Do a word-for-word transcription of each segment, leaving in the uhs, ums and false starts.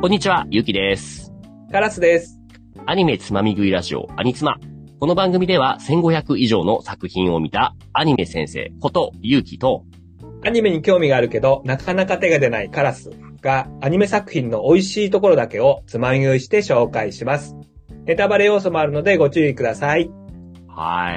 こんにちは、ゆうきです。 カラスです。 アニメつまみ食いラジオ、アニツマ。この番組ではせんごひゃく以上の作品を見たアニメ先生ことゆうきと、 アニメに興味があるけど、なかなか手が出ないカラスが、アニメ作品の美味しいところだけをつまみ食いして紹介します。ネタバレ要素もあるのでご注意ください。 はい。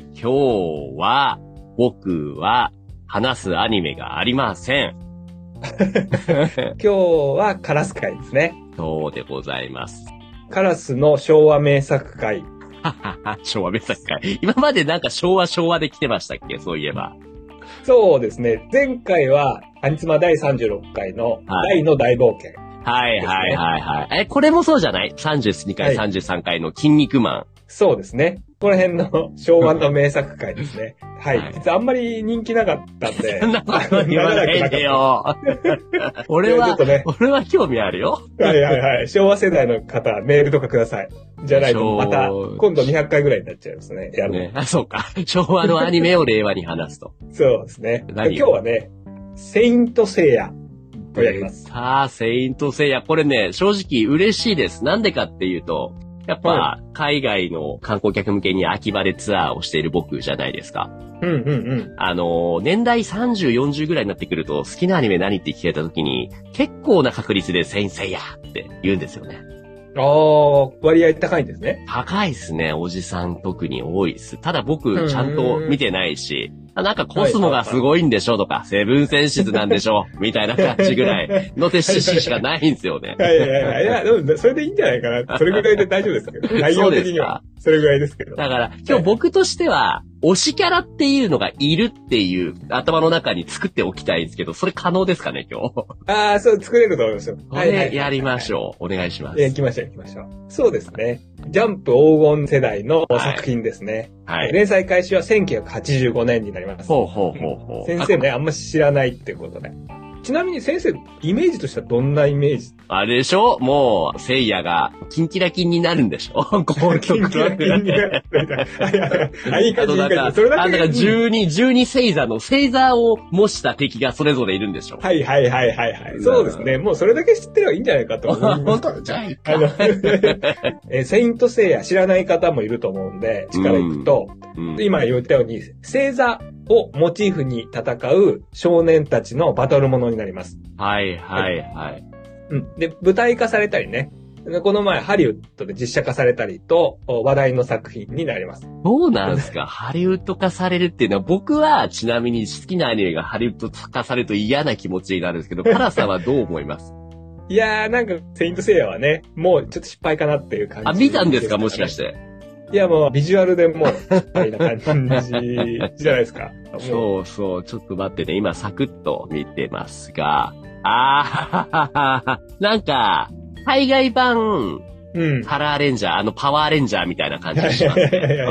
今日は、僕は話すアニメがありません。 今日はカラス会ですね。 そうでございます。 カラスの昭和名作会。 昭和名作会。今までなんか昭和昭和で来てましたっけ、そういえば。 そうですね。前回は、アニツマだいさんじゅうろっかいの大の大冒険、ね。 はいはいはいはい。え、これもそうじゃない ?さんじゅうにかい、はい、さんじゅうさんかいの筋肉マン。 そうですね。この辺の昭和の名作会ですね。はい。はい、実はあんまり人気なかったんで。 そんなこと言わないでよ。俺は、ね、俺は興味あるよ。 はいはいはい。昭和世代の方、メールとかください。じゃないと、また、今度にひゃっかいぐらいになっちゃいますね。やるね。あ、そうか。昭和のアニメを令和に話すと。 そうですね。今日はね、セイントセイヤをやります。 さあ、セイントセイヤ。これね、正直嬉しいです。なんでかっていうと、やっぱ、海外の観光客向けに秋晴れツアーをしている僕じゃないですか。 うんうんうん。 あの、年代さんじゅう、よんじゅうぐらいになってくると、好きなアニメ何って聞かれた時に、結構な確率でセイントセイヤって言うんですよね。 ああ、割合高いんですね。 高いですね。おじさん特に多いです。ただ僕、ちゃんと見てないし、なんかコスモがすごいんでしょとか、セブンセンシズなんでしょみたいな感じぐらいの手知識しかないんですよね。 はいはいはい。いや、でもそれでいいんじゃないかな。それぐらいで大丈夫ですけど。内容的には。それぐらいですけど。 だから、今日僕としては、推しキャラっていうのがいるっていう頭の中に作っておきたいんですけど、それ可能ですかね、今日。 ああ、そう、作れると思いますよ。 はいはい。やりましょう。お願いします。 行きましょう、行きましょう。そうですね。ジャンプ黄金世代の作品ですね。はい。はい、連載開始はせんきゅうひゃくはちじゅうごねんになります。 ほうほうほうほう。 先生ね、あんま知らないってことで。ちなみに先生、イメージとしてはどんなイメージ？ あれでしょ？もう、聖夜が、キンキラキンになるんでしょ？ゴールドクラブで。キンキラキンになる。あ、いい感じ、いい感じ。それだけ。あ、だからじゅうに、じゅうに星座の星座を模した敵がそれぞれいるんでしょ？ はいはいはいはいはい。そうですね。もうそれだけ知ってればいいんじゃないかと思います。 本当？じゃあいいか。あの、 え、セイントセイヤ知らない方もいると思うんで、力いくと、うんうん、今言ったように、星座をモチーフに戦う少年たちのバトルものになります。 はいはいはい。 うん。で、舞台化されたりね。この前ハリウッドで実写化されたりと話題の作品になります。 そうなんですか。ハリウッド化されるっていうのは僕はちなみに好きなアニメがハリウッド化されると嫌な気持ちになるんですけど、カラさんはどう思います？ いやーなんかセイントセイヤはね、もうちょっと失敗かなっていう感じ、ね。 あ、見たんですかもしかして。 いやもうビジュアルでもう失敗な感じじゃないですか。 そうそう、ちょっと待ってね、今サクッと見てますが、あー、なんか、海外版、うん、パラーレンジャー、あのパワーレンジャーみたいな感じがしますね。うん、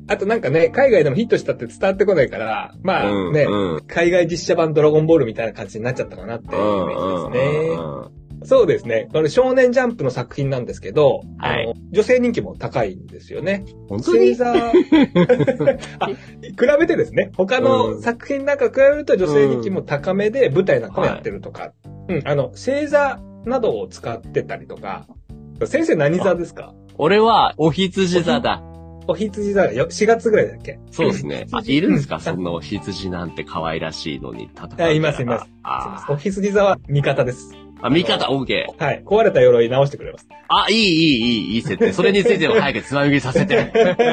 あとなんかね、海外でもヒットしたって伝わってこないから、まあね、うんうん、海外実写版ドラゴンボールみたいな感じになっちゃったかなっていうイメージですね。うんうんうん、そうですね。これ少年ジャンプの作品なんですけど、はい、あの女性人気も高いんですよね。 本当に？ 星座あ、比べてですね、他の作品なんか比べると女性人気も高めで舞台なんかもやってるとか、うん、うん、あの、星座などを使ってたりとか、先生何座ですか？ 俺は、お羊座だ。 お羊座よ、しがつぐらいだっけ？ そうですね。あ、いるんですか？そんなお羊なんて可愛らしいのに戦う。 あ、いますいます。あ、お羊座は味方です。 あ、味方、オーケー。はい。壊れた鎧直してくれます。 あ、いい、いい、いい、いい設定。それについても早くつまみ食いさせて。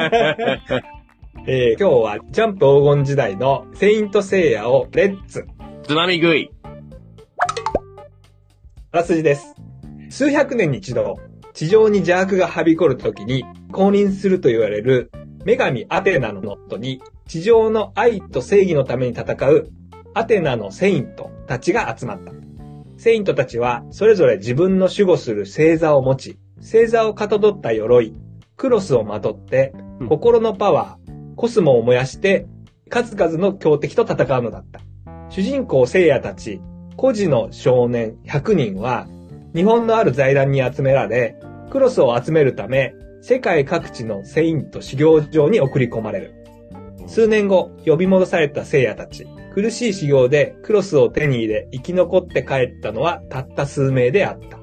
えー、今日はジャンプ黄金時代のセイントセイヤをレッツ。 つまみ食い。 あらすじです。数百年に一度、地上に邪悪がはびこるときに降臨すると言われる女神アテナのもとに地上の愛と正義のために戦うアテナのセイントたちが集まった。セイントたちはそれぞれ自分の守護する星座を持ち、星座をかたどった鎧、クロスをまとって、心のパワー、コスモを燃やして数々の強敵と戦うのだった。主人公聖夜たち、孤児の少年ひゃくにんは日本のある財団に集められ、クロスを集めるため、世界各地のセイント修行場に送り込まれる。数年後、呼び戻された聖夜たち。苦しい修行でクロスを手に入れ、生き残って帰ったのはたった数名であった。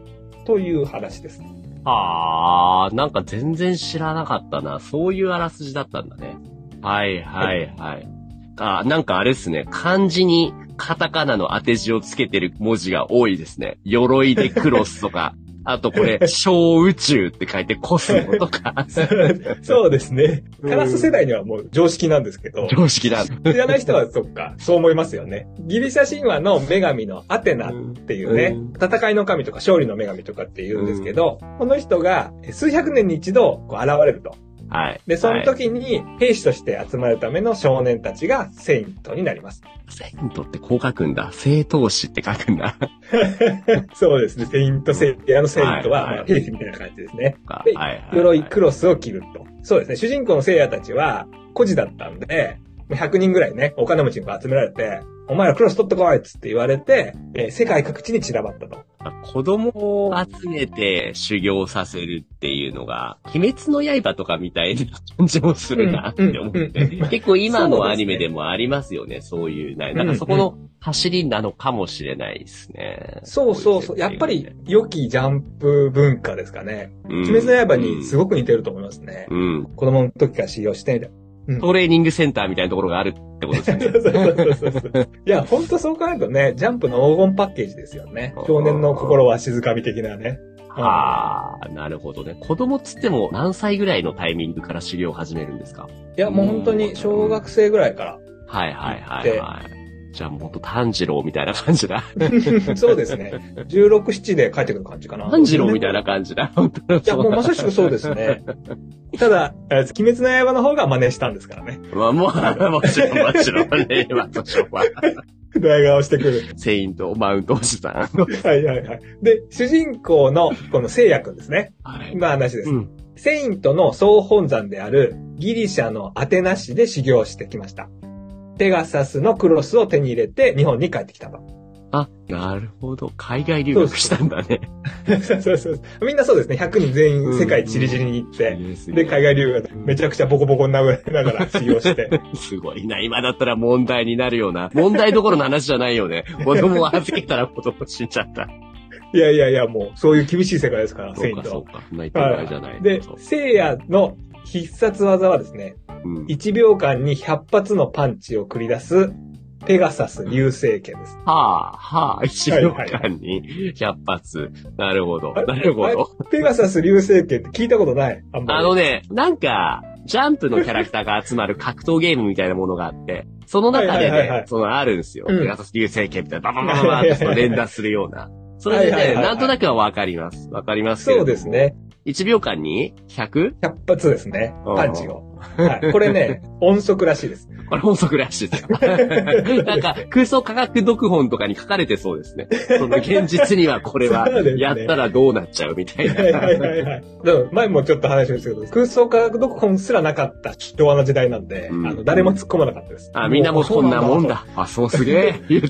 という話です。 あー、なんか全然知らなかったな。そういうあらすじだったんだね。はいはいはい。あ、なんかあれですね。漢字にカタカナの当て字をつけてる文字が多いですね。鎧でクロスとか。あとこれ、小宇宙って書いてコスモとか。 そうですね。カラス世代にはもう常識なんですけど。 常識だ。 知らない人はそっか、そう思いますよね。ギリシャ神話の女神のアテナっていうね、うん、戦いの神とか勝利の女神とかって言うんですけど、うん、この人が数百年に一度こう現れると。 はい。 で、その時に兵士として集まるための少年たちがセイントになります。 セイントってこう書くんだ。聖闘士って書くんだ。 そうですね。セイント、セイン、あのセイントは、はいはい、まあ、兵士みたいな感じですね。で、はいはいはい、鎧クロスを着ると。そうですね。主人公の聖夜たちは孤児だったんで、ひゃくにんぐらいね、お金持ちに集められて、お前らクロス取ってこいっつって言われて、えー、世界各地に散らばったと。 子供を集めて修行させるっていうのが、鬼滅の刃とかみたいな感じもするなって思って。うんうんうん、結構今のアニメでもありますよね、そういう、ね。なんかそこの走りなのかもしれないですね。 そうそうそう。やっぱり良きジャンプ文化ですかね。うん、鬼滅の刃にすごく似てると思いますね。うん、子供の時から修行してみたいな。 トレーニングセンターみたいなところがあるってことですね。そうそうそうそう。いや、ほんとそう考えるとね、ジャンプの黄金パッケージですよね。少年の心は静かみ的なね。 はあ、なるほどね。子供つっても何歳ぐらいのタイミングから修行を始めるんですか？ いや、もう本当に小学生ぐらいから。 はいはいはいはい。じゃあもうほんと炭治郎みたいな感じだ。 そうですね。じゅうろく、ななで帰ってくる感じかな。 炭治郎みたいな感じだ。本当いや、もうまさしくそうですね。ただ、鬼滅の刃の方が真似したんですからね。 まあ、もう、もちろん、もちろんね、今としょは。 ドヤ顔してくる。 セイント、マウントおじさん。 はいはいはい。で、主人公の、この聖夜くんですね。はい。今話です。うん、セイントの総本山であるギリシャのアテナ市で修行してきました。ペガサスのクロスを手に入れて日本に帰ってきたと。 あ、なるほど。海外留学したんだね。 そうそうそう。みんなそうですね。ひゃくにん全員世界チリチリに行って、うんうん、で、海外留学めちゃくちゃボコボコにながら修行して。 すごいな。今だったら問題になるような。問題どころの話じゃないよね。子供を預けたら子供死んじゃった。 いやいやいや、もう、そういう厳しい世界ですから、セイントは。 そうか、そうか。ないと場合じゃない。 で、聖夜の必殺技はですね、うん、いちびょうかんにひゃっぱつのパンチを繰り出す、ペガサス流星拳です。 はあ、はあ、いちびょうかんにひゃっぱつ。なるほど。なるほど。 ペガサス流星拳って聞いたことない？あんまり。 あのね、なんか、ジャンプのキャラクターが集まる格闘ゲームみたいなものがあって、その中でね、そのあるんですよ。うん、ペガサス流星拳みたいな、バババババーって連打するような。それでね、なんとなくはわかります。わかりますけど。 そうですね。 いちびょうかんに ひゃく？ ひゃっぱつですね。パンチを。はい。これね、音速らしいです。 これ音速らしいですよ。なんか、空想科学読本とかに書かれてそうですね。その現実にはこれは、やったらどうなっちゃうみたいな。はいはいはいはい。 前もちょっと話しましたけど、空想科学読本すらなかった昭和の時代なんで、うん、あの、誰も突っ込まなかったです。 あ、みんなもこんなもんだ。あ、そうすげえ。言って。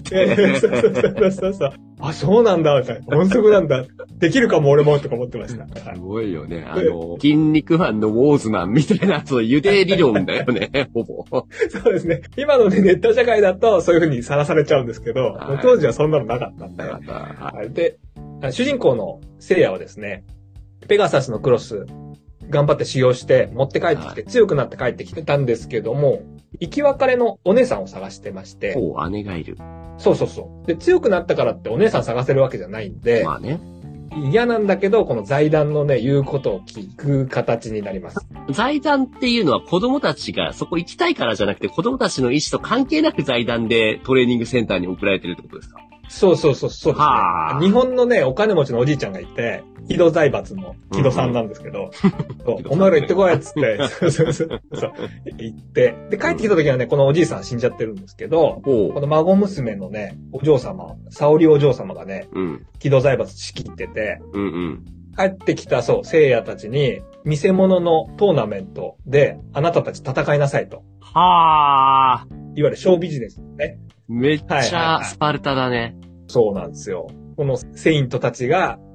そうそうそうそうそう。あ、そうなんだ、みたいな。音速なんだ。できるかも俺も、とか思ってました。 すごいよね。あの、筋肉マンのウォーズマンみたいな、そう、ゆで理論だよね、ほぼ。 そうですね。今のね、ネット社会だと、そういう風にさらされちゃうんですけど、はい、当時はそんなのなかったんで。はい、で、主人公の聖夜はですね、ペガサスのクロス、頑張って使用して、持って帰ってきて、はい、強くなって帰ってきてたんですけども、生き別れのお姉さんを探してまして。 ほう、姉がいる。 そうそうそう。で、強くなったからってお姉さん探せるわけじゃないんで。 まあね。 嫌なんだけど、この財団のね、言うことを聞く形になります。 財団っていうのは子供たちがそこ行きたいからじゃなくて、子供たちの意思と関係なく財団でトレーニングセンターに送られてるってことですか？ そうそうそう、そうですね。日本のね、お金持ちのおじいちゃんがいて、木戸財閥の木戸さんなんですけど、うんうん、お前ら行ってこいっつって、そうそうそうそう、行って、で、帰ってきた時はね、このおじいさん死んじゃってるんですけど、この孫娘のね、お嬢様、沙織お嬢様がね、うん、木戸財閥仕切ってて、うんうん、帰ってきた、そう、聖夜たちに、見せ物のトーナメントで、あなたたち戦いなさいと。 はあ。 いわゆるショービジネスですね。 めっちゃスパルタだね。 そうなんですよ。このセイントたちが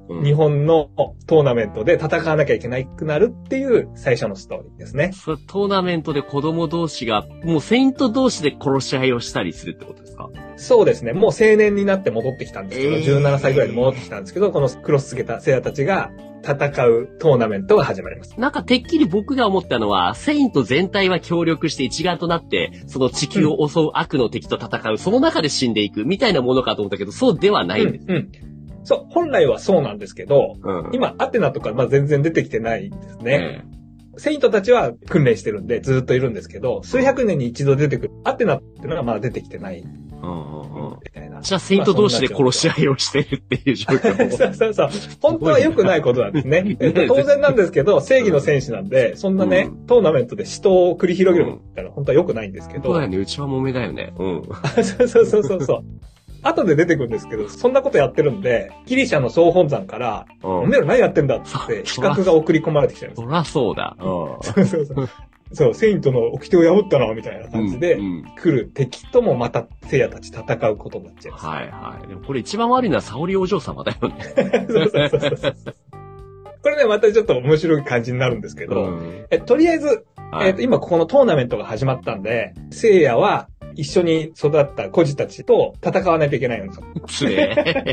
うん、日本のトーナメントで戦わなきゃいけなくなるっていう最初のストーリーですね。 そトーナメントで子供同士が、もうセイント同士で殺し合いをしたりするってことですか？ そうですね。もう青年になって戻ってきたんですけど、えー、じゅうななさいぐらいで戻ってきたんですけど、このクロスつけた聖夜たちが戦うトーナメントが始まります。 なんかてっきり僕が思ったのは、セイント全体は協力して一丸となって、その地球を襲う悪の敵と戦う、うん、その中で死んでいくみたいなものかと思ったけど、そうではないんです。 うん、うん、そう、本来はそうなんですけど、うん、今、アテナとかまあ全然出てきてないんですね。うん、セイントたちは訓練してるんでずっといるんですけど、数百年に一度出てくるアテナっていうのがまだ出てきてない。うんうんうん、みたいな。 じゃあ、セイント同士で殺し合いをしてるっていう状況。 そうそうそう。本当は良くないことなんですね。えっと、当然なんですけど、正義の戦士なんで、そんなね、うん、トーナメントで死闘を繰り広げるみたいな、本当は良くないんですけど。 そうだよね。うちは揉めだよね。うん。 そうそうそうそうそう。後で出てくるんですけど、そんなことやってるんで、ギリシャの総本山から、うん、おめえら何やってんだって、資格が送り込まれてきちゃうんです。 そらそうだ。うん。 そうそうそう。そう、セイントの掟を破ったな、みたいな感じで、来る敵ともまた聖夜たち戦うことになっちゃいます。 はいはい。でもこれ一番悪いのは沙織お嬢様だよね。そうそうそうそう。これね、またちょっと面白い感じになるんですけど、うん、えとりあえず、はい、えーと、今ここのトーナメントが始まったんで、聖夜は一緒に育った孤児たちと戦わないといけないんですよ。 つれ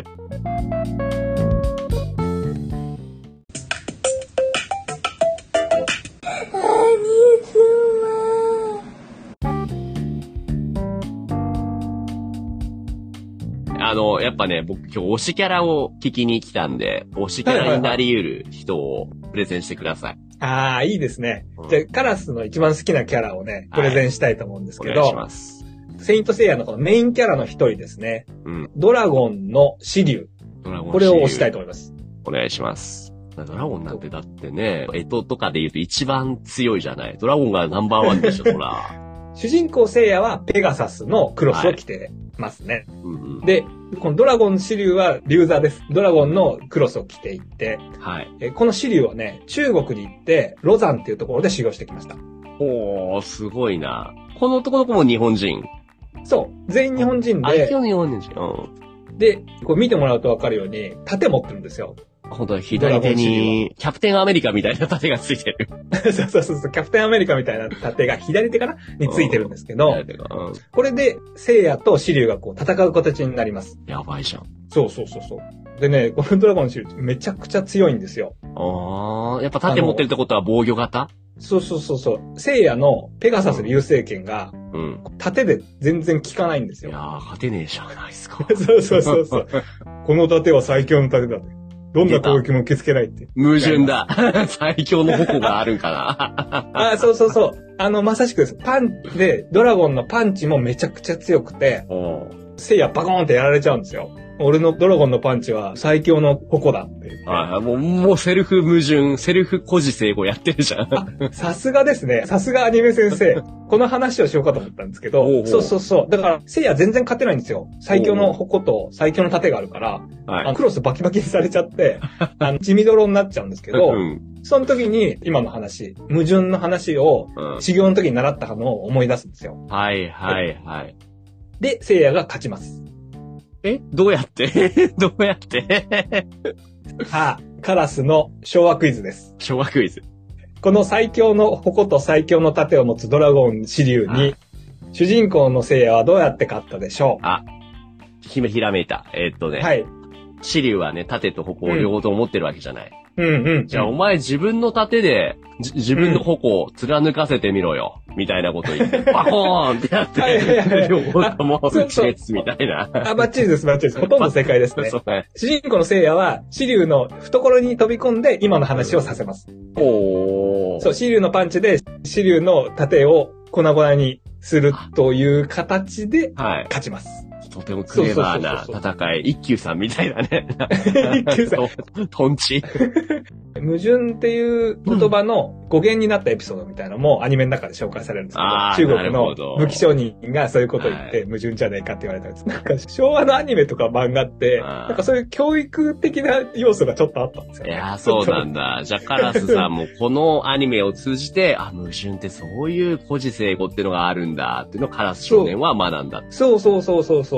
あの、やっぱね、僕今日推しキャラを聞きに来たんで、推しキャラになり得る人をプレゼンしてください。 ああ、いいですね。うん、じゃあ、カラスの一番好きなキャラをね、プレゼンしたいと思うんですけど、はい、お願いします。セイントセイヤのこのメインキャラの一人ですね。うん、ドラゴンのシリュウ。ドラゴンこれを推したいと思います。 お願いします。ドラゴンなんてだってね、干支とかで言うと一番強いじゃない。ドラゴンがナンバーワンでしょ、ほら。 主人公聖夜はペガサスのクロスを着てますね。はいうんうん、で、このドラゴンシリュウは竜座です。ドラゴンのクロスを着ていって、はい、えこのシリュウはね、中国に行ってロザンっていうところで修行してきました。 おー、すごいな。この男の子も日本人。 そう、全員日本人で。 あ、日本人。 うん。で、こう見てもらうとわかるように、盾持ってるんですよ。 本当は左手に、キャプテンアメリカみたいな盾がついてる。 そうそうそう、キャプテンアメリカみたいな盾が左手かなについてるんですけど、うんうん、これで、聖夜とシリュウがこう戦う形になります。 やばいじゃん。 そうそうそうそう。でね、このドラゴンのシリュウめちゃくちゃ強いんですよ。 ああ、やっぱ盾持ってるってことは防御型？ そうそうそうそう。聖夜のペガサス流星剣が、うん、盾で全然効かないんですよ。 いやー、勝てねえじゃないですか。 そうそうそうそう。この盾は最強の盾だって。どんな攻撃も受け付けないって。 矛盾だ。最強の矛があるんかな。 あ、そうそうそう。あの、まさしくです。パンで、ドラゴンのパンチもめちゃくちゃ強くて、聖夜バコーンってやられちゃうんですよ。俺のドラゴンのパンチは最強の矛だって。 はい、もう、もうセルフ矛盾、セルフ孤児成語やってるじゃん。 さすがですね。さすがアニメ先生。この話をしようかと思ったんですけど、おうおうそうそうそう。だから、聖夜全然勝てないんですよ。最強の矛と最強の盾があるから、はい、あのクロスバキバキにされちゃって、あの、血みどろになっちゃうんですけど、うん、その時に今の話、矛盾の話を、修行の時に習ったのを思い出すんですよ。 はいはいはい。 で、聖夜が勝ちます。 えどうやってどうやってさあ、カラスの昭和クイズです。 昭和クイズ。 この最強の矛と最強の盾を持つドラゴンシリュウに、主人公の聖夜はどうやって勝ったでしょう？ あ、ひめひらめいた。えー、っとね。 はい。 シリュウはね、盾と矛を両方とも持ってるわけじゃない。 うんうんうん。 じゃあお前自分の盾で、自分の矛を貫かせてみろよ。みたいなこと言って、バコーンってやって、両方とも打ち消すみたいな。 あ、バッチリです、バッチリです。ほとんど正解ですね。主人公の聖夜は、シリュウの懐に飛び込んで今の話をさせます。 おー。 そう、シリュウのパンチで、シリュウの盾を粉々にするという形で、勝ちます。はいとてもクレバーな戦い。一休さんみたいだね。 一休さん。トンチ。 矛盾っていう言葉の語源になったエピソードみたいなのもアニメの中で紹介されるんですけど、中国の武器商人がそういうことを言って、矛盾じゃねえかって言われたんです。なんか昭和のアニメとか漫画って、なんかそういう教育的な要素がちょっとあったんですよ、ね。 いやー、そうなんだ。じゃあカラスさんもこのアニメを通じて、あ、矛盾ってそういう孤児聖語っていうのがあるんだっていうのをカラス少年は学んだ。 そうそうそうそうそう。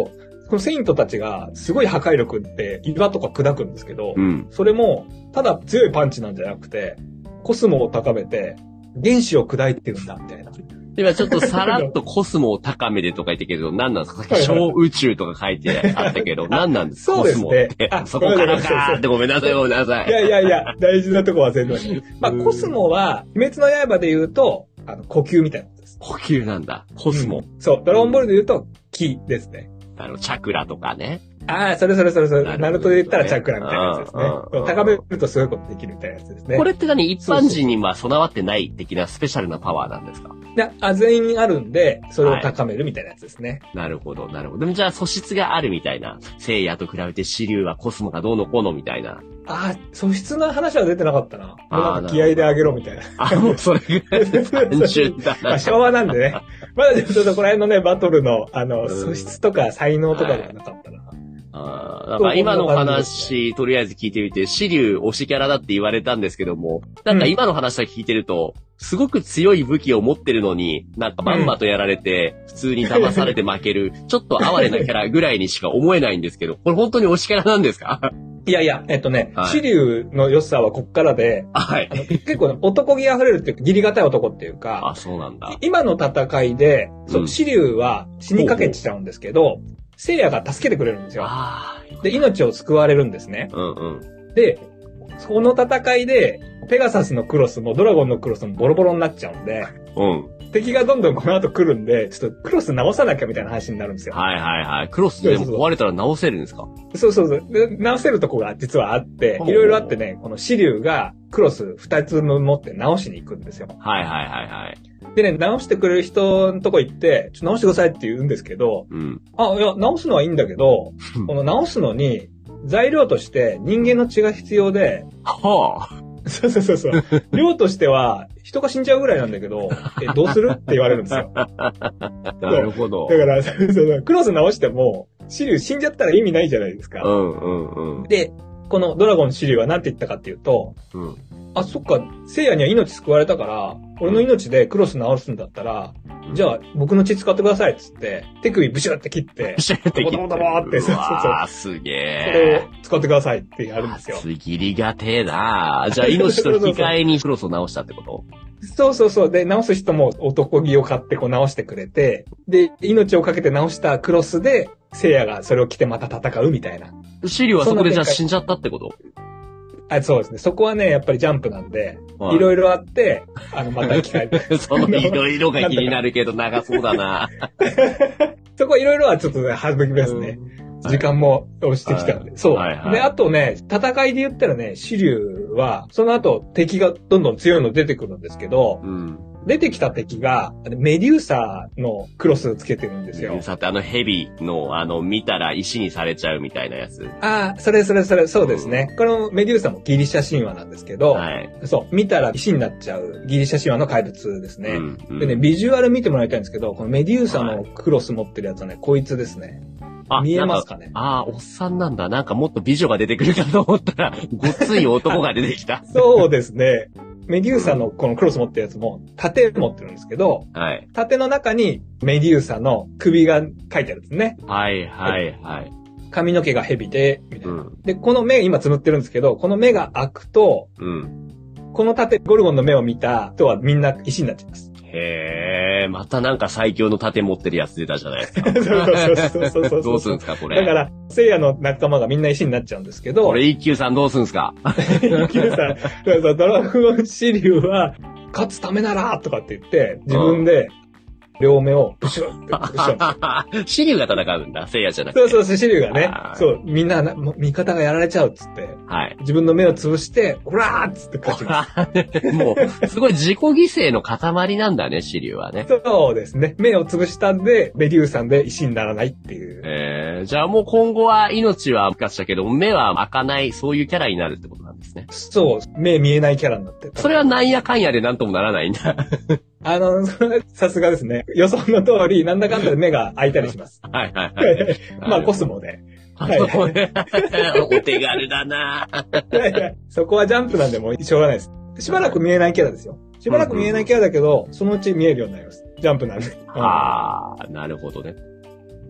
このセイントたちがすごい破壊力って岩とか砕くんですけど、 うん、 それもただ強いパンチなんじゃなくて、コスモを高めて原子を砕いてるんだみたいな。 今ちょっとさらっとコスモを高めでとか言ってけど、何なんですか？小宇宙とか書いてあったけど、何なんですか？ そうですね。 コスモって。あ、そこからかーってごめんなさい、ごめんなさい。 いやいやいや、大事なとこは全然。まあ、コスモは、鬼滅の刃で言うと、あの、呼吸みたいなことです。 呼吸なんだ。コスモ。うん、 そう、ドラゴンボールで言うと、気ですね。 あの、チャクラとかね。 ああ、それそれそれそれ。ナルトで言ったらチャクラみたいなやつですね。高めるとすごいことできるみたいなやつですね。 これって何？一般人には備わってない的なスペシャルなパワーなんですか？ いや、あ、全員あるんで、それを高めるみたいなやつですね。 はい、なるほど、なるほど。でもじゃあ素質があるみたいな。聖夜と比べてシリュウはコスモがどうのこうのみたいな。 ああ、素質の話は出てなかったな。もうなんか気合であげろみたいな。 あ、もうそれぐらい単純だな。 まあ、昭和なんでね。まだちょっとそこら辺のね、バトルの、あの、素質とか才能とかではなかったな。はい、 あなんか今の話、とりあえず聞いてみて、シリュウ推しキャラだって言われたんですけども、なんか今の話だけ聞いてると、すごく強い武器を持ってるのに、なんかまんまとやられて、普通に騙されて負ける、ちょっと哀れなキャラぐらいにしか思えないんですけど、これ本当に推しキャラなんですか？ いやいや、えっとね、はい、シリュウの良さはこっからで、 はい、 結構、ね、男気溢れるっていうか、義理堅い男っていうか、 あ、そうなんだ。 今の戦いで、うん、そう、シリュウは死にかけちゃうんですけど、聖夜が助けてくれるんですよ。で、命を救われるんですね。 うんうん、 で、その戦いで、ペガサスのクロスもドラゴンのクロスもボロボロになっちゃうんで、 うん、 敵がどんどんこの後来るんで、ちょっとクロス直さなきゃみたいな話になるんですよ。 はいはいはい。クロスでも壊れたら直せるんですか？ そうそうそう。で直せるとこが実はあって、いろいろあってね、このシリュウがクロス二つ持って直しに行くんですよ。 はいはいはいはい。 でね、直してくれる人のとこ行って、ちょっと直してくださいって言うんですけど、 うん、 あ、いや、直すのはいいんだけど、この直すのに、材料として人間の血が必要で、 はあ。 そうそうそうそう。量としては、人が死んじゃうぐらいなんだけど、え、どうするって言われるんですよ。 なるほど。 だから、そうそうクロス直しても、シリュウ死んじゃったら意味ないじゃないですか。 うんうんうん。 で、このドラゴンシリュウは何て言ったかっていうと、 うん、 あ、そっか、聖夜には命救われたから、俺の命でクロス直すんだったら、うん、じゃあ僕の血使ってくださいっつって、手首ブシュって切って、 ブシュって切って、 ボタボタボタって、そうそうそう。 あすげえ。 それを使ってくださいってやるんですよ。 すぎりがてえなじゃあ命と引き換えにクロスを直したってことそうそうそう。で、直す人も男気を買ってこう直してくれて、で、命をかけて直したクロスで、聖夜がそれを着てまた戦うみたいな。 シリュウはそこでじゃあ死んじゃったってこと？ あ、そうですね。そこはね、やっぱりジャンプなんで、いろいろあって、あの、また機会そのいろいろが気になるけど長そうだなそこいろいろはちょっとね、省きますね。時間も押してきたんで。はい、そう、はいはい。で、あとね、戦いで言ったらね、シリュウは、その後敵がどんどん強いの出てくるんですけど、 うん、 出てきた敵が、メデューサのクロスをつけてるんですよ。 メデューサってあのヘビの、あの、見たら石にされちゃうみたいなやつ。 ああ、それそれそれ、そうですね。うん、このメデューサもギリシャ神話なんですけど、 はい、 そう、見たら石になっちゃうギリシャ神話の怪物ですね、 うんうん。 でね、ビジュアル見てもらいたいんですけど、このメデューサのクロス持ってるやつはね、こいつですね。あ、見えますかね？ ああ、おっさんなんだ。なんかもっと美女が出てくるかと思ったら、ごっつい男が出てきた。 そうですね。メデューサのこのクロス持ってるやつも、盾持ってるんですけど、 はい。 盾の中にメデューサの首が書いてあるんですね。 はいはいはい。 髪の毛が蛇で、みたいな、 うん。 で、この目今つむってるんですけど、この目が開くと、 うん。 この盾、ゴルゴンの目を見た人はみんな石になっちゃいます。 へえ、またなんか最強の盾持ってるやつ出たじゃないですか。 そうそうそうそう。 どうするんですか、これ。 だから、聖夜の仲間がみんな石になっちゃうんですけど。 これ一休さんどうするんですか一休さん、ドラゴンシリュウは、勝つためならとかって言って、自分で、両目をブシュッてブシュッて。 シリュウが戦うんだ、聖夜じゃなくて。 そうそうそう、シリュウがね。そう、みんな、味方がやられちゃうっつって。 はい。 自分の目を潰して、ほらーっつって勝ちます。 もう、すごい自己犠牲の塊なんだね、シリュウはね。 そうですね。目を潰したんで、メデューサンで石にならないっていう。 えー、じゃあもう今後は命は復活したけど、目は開かない、そういうキャラになるってことなんですね。 そう、目見えないキャラになって。 それはなんやかんやでなんともならないんだ。 あの、さすがですね。予想の通り、なんだかんだで目が開いたりします。 はいはいはい。 まあ、コスモで。 はい。お手軽だないやいや、そこはジャンプなんでもうしょうがないです。しばらく見えないキャラですよ。しばらく見えないキャラだけど、そのうち見えるようになります。ジャンプなんで。 ああ、なるほどね。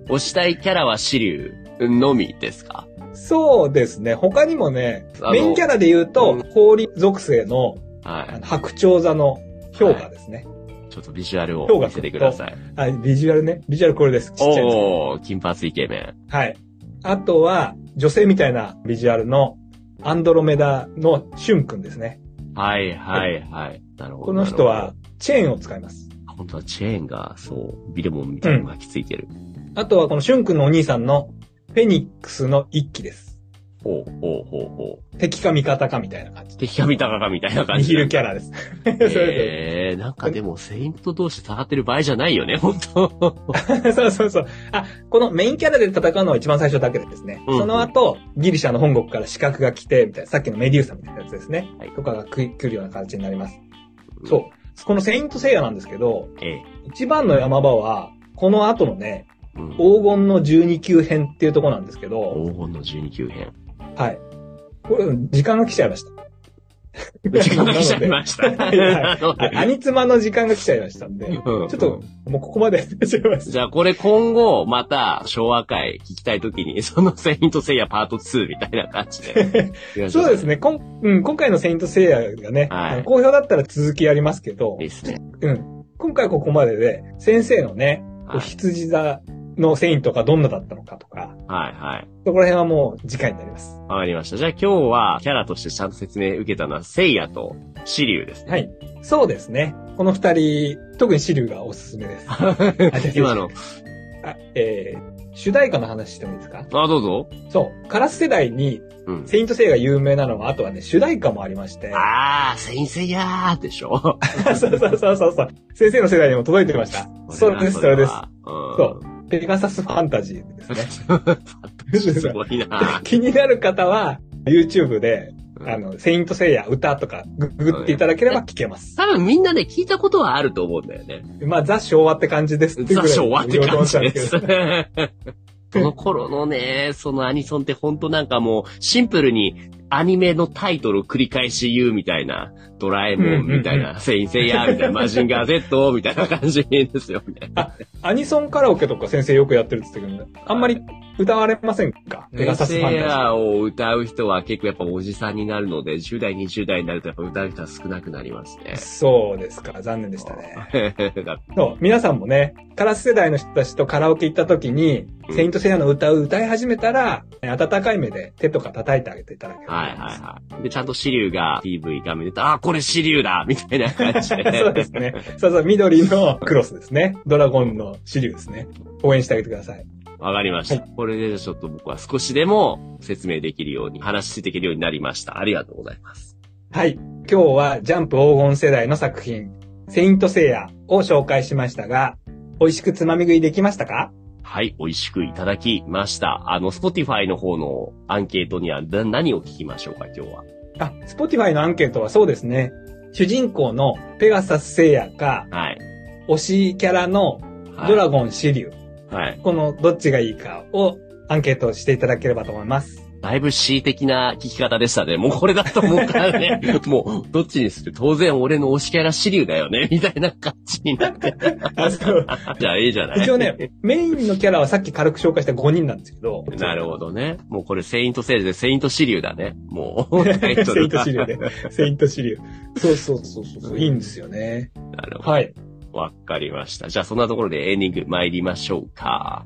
推したいキャラはシリュウのみですか？ そうですね。他にもね、メインキャラで言うと、うん、氷属性の、はい、あの白鳥座の氷河ですね、 はい。ちょっとビジュアルを見せてください。 はい、ビジュアルね。ビジュアルこれです。ちっちゃいです。 おー、金髪イケメン。 はい。あとは、女性みたいなビジュアルのアンドロメダのシュン君ですね。 はいはいはい。なるほど。 この人はチェーンを使います。 本当はチェーンが、そう、ビルモンみたいなのが巻きついてる。うん、 あとはこのシュン君のお兄さんのフェニックスの一機です。 ほうほうほうほう。 敵か味方かみたいな感じ。 敵か味方かみたいな感じ。 ニヒルキャラです。 えー、なんかでもセイント同士戦ってる場合じゃないよね、本当そうそうそう。あ、このメインキャラで戦うのは一番最初だけでですね。うん、その後、ギリシャの本国から刺客が来て、みたいな、さっきのメデューサみたいなやつですね。はい、とかが来るような形になります。うん、そう。このセイントセイヤなんですけど、ええ、一番の山場は、この後のね、うん、黄金のじゅうに級編っていうところなんですけど。 黄金のじゅうに級編。 はい。これ、時間が来ちゃいました。 時間が来ちゃいました。 はいはい。アニツマの時間が来ちゃいましたんで、うん、ちょっと、もうここまでしちゃいました。 じゃあこれ今後、また、昭和会聞きたいときに、そのセイントセイヤパートツーみたいな感じで。 そうですね。こん、うん、今回のセイントセイヤがね、はい、好評だったら続きやりますけど、 ですね。 うん。今回ここまでで、先生のね、はい、羊座のセイントがどんなだったのかとか、 はいはい。 そこら辺はもう次回になります。 わかりました。じゃあ今日はキャラとしてちゃんと説明受けたのはセイヤとシリュウですね。 はい。そうですね。この二人、特にシリュウがおすすめです。 今の。 あ、えー、主題歌の話してもいいですか？ あ、どうぞ。 そう。カラス世代に、セイントセイヤが有名なのは、あとはね、主題歌もありまして。 あー、セインセイヤーでしょ。 そうそうそうそうそう。先生の世代にも届いてました。そうです、それです。そう。ペガサスファンタジーですね。 すごいな。 気になる方は、YouTube で、あの、セイントセイヤ歌とかググっていただければ聞けます。 多分みんなで聞いたことはあると思うんだよね。 まあ、ザ昭和って感じですってザ昭和って感じです。その頃のね、そのアニソンってほんとなんかもうシンプルにアニメのタイトルを繰り返し言うみたいな、ドラえもんみたいな、セインセイヤーみたいな、マジンガー Z みたいな感じですよね。 あ、アニソンカラオケとか先生よくやってるって言ってたけど、あんまり歌われませんか？ ペガサスファンタジー。セイヤーを歌う人は結構やっぱおじさんになるので、じゅう代、にじゅう代になるとやっぱ歌う人は少なくなりますね。 そうですか。残念でしたね。そう、皆さんもね、カラス世代の人たちとカラオケ行った時に、うん、セイントセイヤの歌を歌い始めたら、温かい目で手とか叩いてあげていただければ。 はいはいはい。で、ちゃんとシリュウが ピーブイ 画面で、あ、これシリュウだみたいな感じで。 そうですね。そうそう、緑のクロスですね。ドラゴンのシリュウですね。応援してあげてください。 わかりました。はい、これでちょっと僕は少しでも説明できるように、話していけるようになりました。ありがとうございます。 はい。今日はジャンプ黄金世代の作品、セイントセイヤを紹介しましたが、美味しくつまみ食いできましたか？ はい、美味しくいただきました。あの、Spotify の方のアンケートには何を聞きましょうか、今日は。 あ、Spotify のアンケートはそうですね。主人公のペガサスセイヤか、はい、推しキャラのドラゴンシリュウ、はい、このどっちがいいかをアンケートしていただければと思います。 だいぶ恣意的な聞き方でしたね。もうこれだと思うからね。もう、どっちにする当然俺の推しキャラシリュウだよね。みたいな感じになって。あ、そう。じゃあいいじゃない。 一応ね、メインのキャラはさっき軽く紹介したごにんなんですけど。 なるほどね。もうこれセイントセイヤでセイントシリュウだね。もう。 セイントシリュウで。セイントシリュウ。そうそうそうそう。いいんですよね。 なるほど。はい。わかりました。じゃあそんなところでエンディング参りましょうか。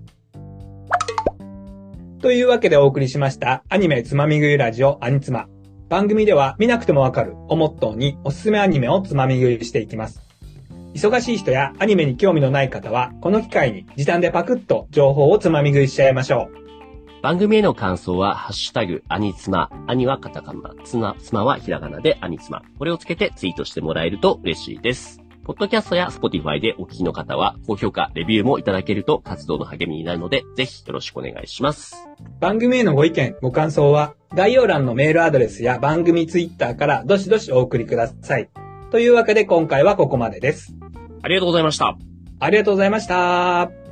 というわけでお送りしましたアニメつまみ食いラジオアニツマ。番組では見なくてもわかるをモットーにおすすめアニメをつまみ食いしていきます。忙しい人やアニメに興味のない方はこの機会に時短でパクッと情報をつまみ食いしちゃいましょう。 番組への感想はハッシュタグアニツマ。アニはカタカナ、ツナ、ツマはひらがなでアニツマ。これをつけてツイートしてもらえると嬉しいです。ポッドキャストや Spotify でお聞きの方は、高評価、レビューもいただけると活動の励みになるので、ぜひよろしくお願いします。 番組へのご意見、ご感想は、概要欄のメールアドレスや番組ツイッターからどしどしお送りください。というわけで今回はここまでです。 ありがとうございました。 ありがとうございました。